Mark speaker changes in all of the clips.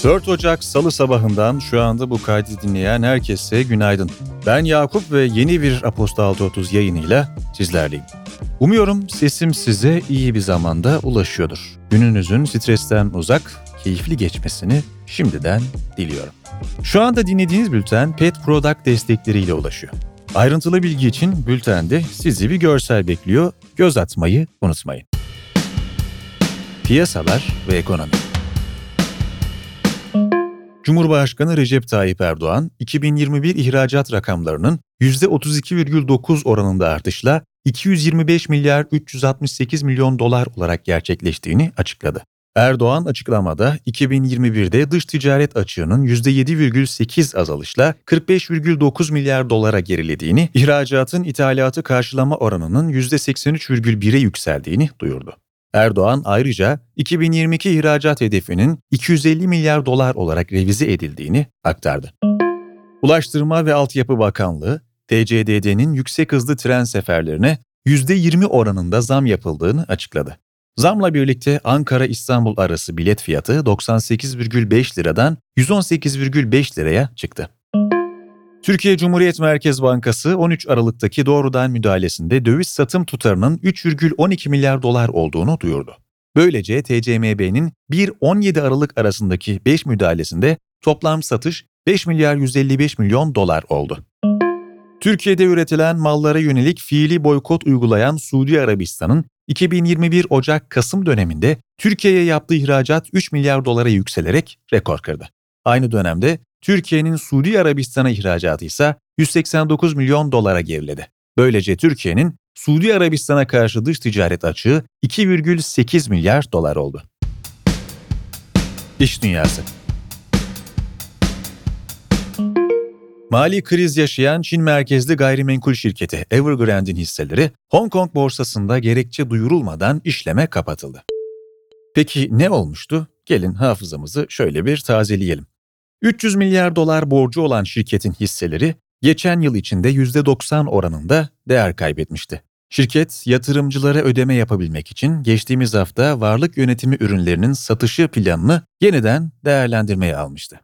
Speaker 1: 4 Ocak Salı sabahından şu anda bu kaydı dinleyen herkese günaydın. Ben Yakup ve yeni bir Aposto 630 yayınıyla sizlerleyim. Umuyorum sesim size iyi bir zamanda ulaşıyordur. Gününüzün stresten uzak, keyifli geçmesini şimdiden diliyorum. Şu anda dinlediğiniz bülten Pet Product destekleriyle ulaşıyor. Ayrıntılı bilgi için bültende sizi bir görsel bekliyor. Göz atmayı unutmayın. Piyasalar ve ekonomi. Cumhurbaşkanı Recep Tayyip Erdoğan, 2021 ihracat rakamlarının %32,9 oranında artışla 225 milyar 368 milyon dolar olarak gerçekleştiğini açıkladı. Erdoğan açıklamada 2021'de dış ticaret açığının %7,8 azalışla 45,9 milyar dolara gerilediğini, ihracatın ithalatı karşılama oranının %83,1'e yükseldiğini duyurdu. Erdoğan ayrıca 2022 ihracat hedefinin 250 milyar dolar olarak revize edildiğini aktardı. Ulaştırma ve Altyapı Bakanlığı, TCDD'nin yüksek hızlı tren seferlerine %20 oranında zam yapıldığını açıkladı. Zamla birlikte Ankara-İstanbul arası bilet fiyatı 98,5 liradan 118,5 liraya çıktı. Türkiye Cumhuriyet Merkez Bankası 13 Aralık'taki doğrudan müdahalesinde döviz satım tutarının 3,12 milyar dolar olduğunu duyurdu. Böylece TCMB'nin 1-17 Aralık arasındaki 5 müdahalesinde toplam satış 5 milyar 155 milyon dolar oldu. Türkiye'de üretilen mallara yönelik fiili boykot uygulayan Suudi Arabistan'ın 2021 Ocak-Kasım döneminde Türkiye'ye yaptığı ihracat 3 milyar dolara yükselerek rekor kırdı. Aynı dönemde Türkiye'nin Suudi Arabistan'a ihracatı ise 189 milyon dolara geriledi. Böylece Türkiye'nin Suudi Arabistan'a karşı dış ticaret açığı 2,8 milyar dolar oldu. İş dünyası. Mali kriz yaşayan Çin merkezli gayrimenkul şirketi Evergrande'in hisseleri Hong Kong borsasında gerekçe duyurulmadan işleme kapatıldı. Peki ne olmuştu? Gelin hafızamızı şöyle bir tazeleyelim. 300 milyar dolar borcu olan şirketin hisseleri geçen yıl içinde %90 oranında değer kaybetmişti. Şirket, yatırımcılara ödeme yapabilmek için geçtiğimiz hafta varlık yönetimi ürünlerinin satışı planını yeniden değerlendirmeye almıştı.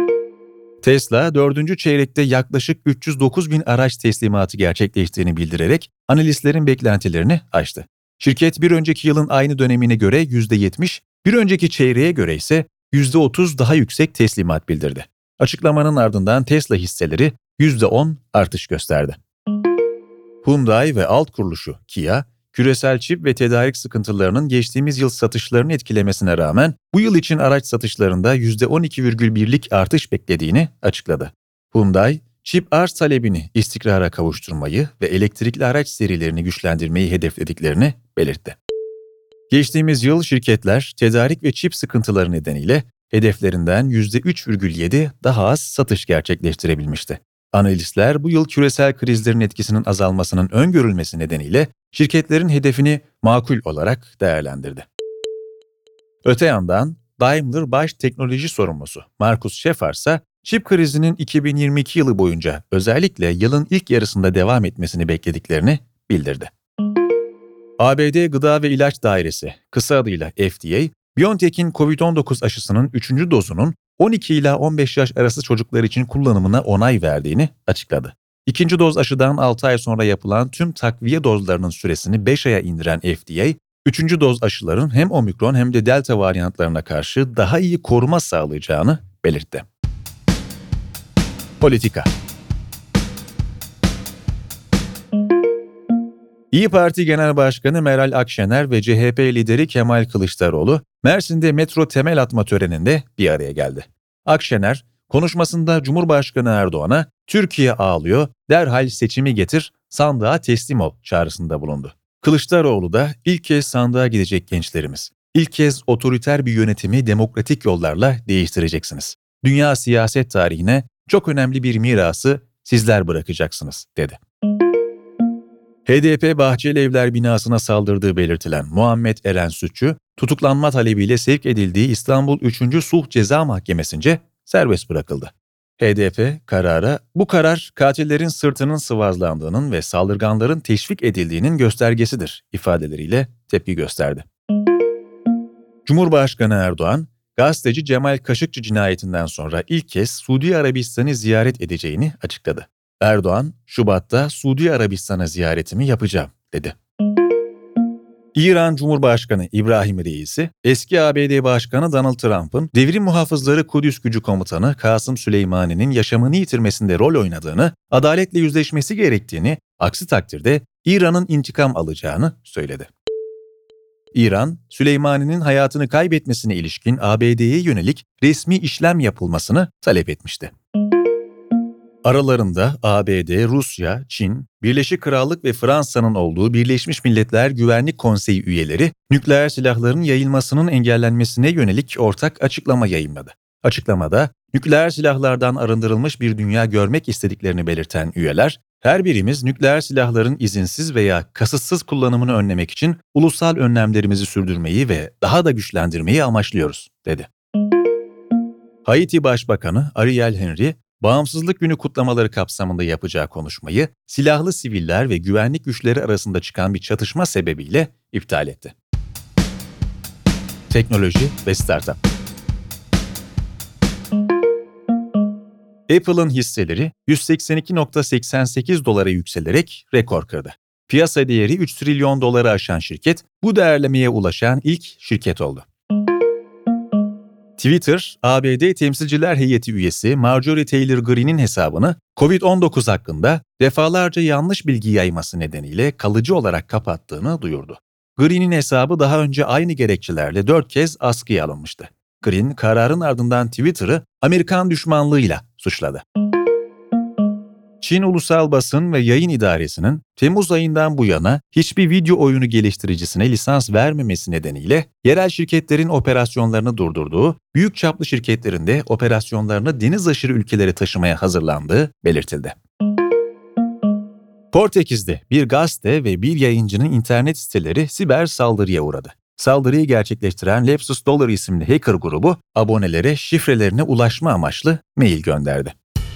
Speaker 1: Tesla, 4. çeyrekte yaklaşık 309 bin araç teslimatı gerçekleştiğini bildirerek analistlerin beklentilerini aştı. Şirket bir önceki yılın aynı dönemine göre %70, bir önceki çeyreğe göre ise %30 daha yüksek teslimat bildirdi. Açıklamanın ardından Tesla hisseleri %10 artış gösterdi. Hyundai ve alt kuruluşu Kia, küresel çip ve tedarik sıkıntılarının geçtiğimiz yıl satışlarını etkilemesine rağmen bu yıl için araç satışlarında %12,1'lik artış beklediğini açıkladı. Hyundai, çip arz talebini istikrara kavuşturmayı ve elektrikli araç serilerini güçlendirmeyi hedeflediklerini belirtti. Geçtiğimiz yıl şirketler tedarik ve çip sıkıntıları nedeniyle hedeflerinden %3,7 daha az satış gerçekleştirebilmişti. Analistler bu yıl küresel krizlerin etkisinin azalmasının öngörülmesi nedeniyle şirketlerin hedefini makul olarak değerlendirdi. Öte yandan Daimler baş teknoloji sorumlusu Markus Schäfer ise çip krizinin 2022 yılı boyunca özellikle yılın ilk yarısında devam etmesini beklediklerini bildirdi. ABD Gıda ve İlaç Dairesi, kısa adıyla FDA, BioNTech'in COVID-19 aşısının 3. dozunun 12 ila 15 yaş arası çocuklar için kullanımına onay verdiğini açıkladı. 2. doz aşıdan 6 ay sonra yapılan tüm takviye dozlarının süresini 5 aya indiren FDA, 3. doz aşıların hem omikron hem de delta varyantlarına karşı daha iyi koruma sağlayacağını belirtti. Politika. İYİ Parti Genel Başkanı Meral Akşener ve CHP lideri Kemal Kılıçdaroğlu, Mersin'de metro temel atma töreninde bir araya geldi. Akşener, konuşmasında Cumhurbaşkanı Erdoğan'a "Türkiye ağlıyor, derhal seçimi getir, sandığa teslim ol" çağrısında bulundu. Kılıçdaroğlu da "İlk kez sandığa gidecek gençlerimiz. İlk kez otoriter bir yönetimi demokratik yollarla değiştireceksiniz. Dünya siyaset tarihine çok önemli bir mirası sizler bırakacaksınız" dedi. HDP Bahçelievler binasına saldırdığı belirtilen Muhammed Eren Sütçü, tutuklanma talebiyle sevk edildiği İstanbul 3. Sulh Ceza Mahkemesi'nce serbest bırakıldı. HDP karara, "Bu karar katillerin sırtının sıvazlandığının ve saldırganların teşvik edildiğinin göstergesidir" ifadeleriyle tepki gösterdi. Cumhurbaşkanı Erdoğan, gazeteci Cemal Kaşıkçı cinayetinden sonra ilk kez Suudi Arabistan'ı ziyaret edeceğini açıkladı. Erdoğan, Şubat'ta Suudi Arabistan'a ziyaretimi yapacağım, dedi. İran Cumhurbaşkanı İbrahim Reisi, eski ABD Başkanı Donald Trump'ın Devrim Muhafızları Kudüs Gücü Komutanı Kasım Süleymani'nin yaşamını yitirmesinde rol oynadığını, adaletle yüzleşmesi gerektiğini, aksi takdirde İran'ın intikam alacağını söyledi. İran, Süleymani'nin hayatını kaybetmesine ilişkin ABD'ye yönelik resmi işlem yapılmasını talep etmişti. Aralarında ABD, Rusya, Çin, Birleşik Krallık ve Fransa'nın olduğu Birleşmiş Milletler Güvenlik Konseyi üyeleri, nükleer silahların yayılmasının engellenmesine yönelik ortak açıklama yayımladı. Açıklamada, nükleer silahlardan arındırılmış bir dünya görmek istediklerini belirten üyeler, her birimiz nükleer silahların izinsiz veya kasıtsız kullanımını önlemek için ulusal önlemlerimizi sürdürmeyi ve daha da güçlendirmeyi amaçlıyoruz, dedi. Haiti Başbakanı Ariel Henry, Bağımsızlık Günü kutlamaları kapsamında yapacağı konuşmayı, silahlı siviller ve güvenlik güçleri arasında çıkan bir çatışma sebebiyle iptal etti. Teknoloji ve Startup. Apple'ın hisseleri 182,88 dolara yükselerek rekor kırdı. Piyasa değeri 3 trilyon doları aşan şirket, bu değerlemeye ulaşan ilk şirket oldu. Twitter, ABD Temsilciler Heyeti üyesi Marjorie Taylor Greene'in hesabını COVID-19 hakkında defalarca yanlış bilgi yayması nedeniyle kalıcı olarak kapattığını duyurdu. Greene'in hesabı daha önce aynı gerekçelerle 4 kez askıya alınmıştı. Green, kararın ardından Twitter'ı Amerikan düşmanlığıyla suçladı. Çin Ulusal Basın ve Yayın İdaresi'nin Temmuz ayından bu yana hiçbir video oyunu geliştiricisine lisans vermemesi nedeniyle yerel şirketlerin operasyonlarını durdurduğu, büyük çaplı şirketlerin de operasyonlarını deniz aşırı ülkelere taşımaya hazırlandığı belirtildi. Portekiz'de bir gazete ve bir yayıncının internet siteleri siber saldırıya uğradı. Saldırıyı gerçekleştiren Lepsus Dollar isimli hacker grubu abonelere şifrelerine ulaşma amaçlı mail gönderdi.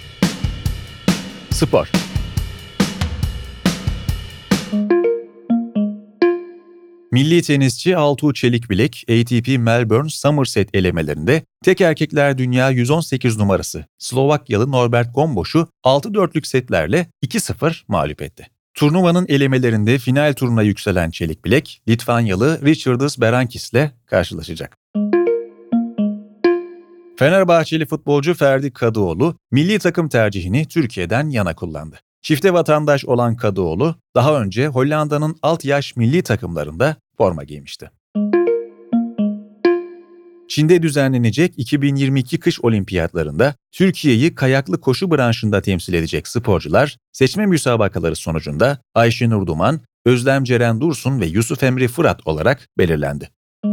Speaker 1: Spor. Milli tenisçi Altuğ Çelikbilek, ATP Melbourne Somerset elemelerinde tek erkekler dünya 118 numarası Slovakyalı Norbert Gomboş'u 6-4'lük setlerle 2-0 mağlup etti. Turnuvanın elemelerinde final turuna yükselen Çelikbilek, Litvanyalı Richardas Berankis'le karşılaşacak. Fenerbahçeli futbolcu Ferdi Kadıoğlu, milli takım tercihini Türkiye'den yana kullandı. Çifte vatandaş olan Kadıoğlu, daha önce Hollanda'nın alt yaş milli takımlarında forma giymişti. Çin'de düzenlenecek 2022 kış olimpiyatlarında Türkiye'yi kayaklı koşu branşında temsil edecek sporcular, seçme müsabakaları sonucunda Ayşenur Duman, Özlem Ceren Dursun ve Yusuf Emre Fırat olarak belirlendi.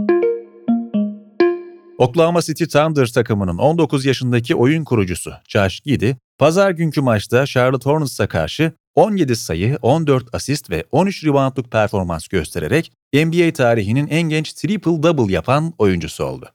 Speaker 1: Oklahoma City Thunder takımının 19 yaşındaki oyun kurucusu Josh Giddey, pazar günkü maçta Charlotte Hornets'a karşı 17 sayı, 14 asist ve 13 reboundluk performans göstererek NBA tarihinin en genç triple-double yapan oyuncusu oldu.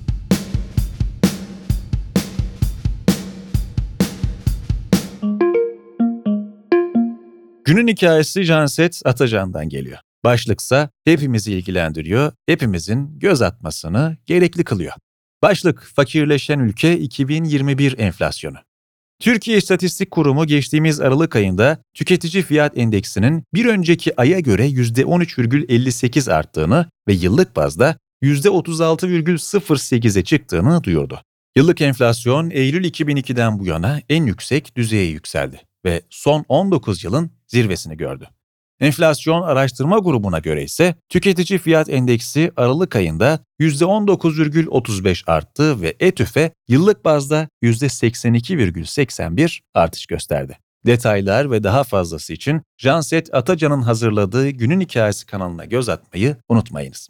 Speaker 1: Günün hikayesi Janset Atacan'dan geliyor. Başlıksa hepimizi ilgilendiriyor, hepimizin göz atmasını gerekli kılıyor. Başlık, fakirleşen ülke 2021 enflasyonu. Türkiye İstatistik Kurumu geçtiğimiz Aralık ayında tüketici fiyat endeksinin bir önceki aya göre %13,58 arttığını ve yıllık bazda %36,08'e çıktığını duyurdu. Yıllık enflasyon Eylül 2002'den bu yana en yüksek düzeye yükseldi ve son 19 yılın zirvesini gördü. Enflasyon Araştırma Grubu'na göre ise tüketici fiyat endeksi Aralık ayında %19,35 arttı ve ETÜF'e yıllık bazda %82,81 artış gösterdi. Detaylar ve daha fazlası için Janset Atacan'ın hazırladığı Günün Hikayesi kanalına göz atmayı unutmayınız.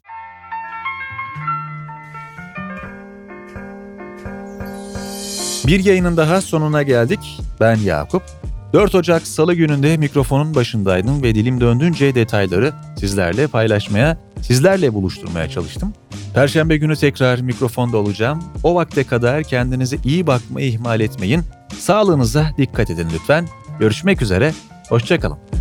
Speaker 1: Bir yayının daha sonuna geldik. Ben Yakup. 4 Ocak Salı gününde mikrofonun başındaydım ve dilim döndüğünce detayları sizlerle paylaşmaya, sizlerle buluşturmaya çalıştım. Perşembe günü tekrar mikrofonda olacağım. O vakte kadar kendinize iyi bakmayı ihmal etmeyin. Sağlığınıza dikkat edin lütfen. Görüşmek üzere, hoşça kalın.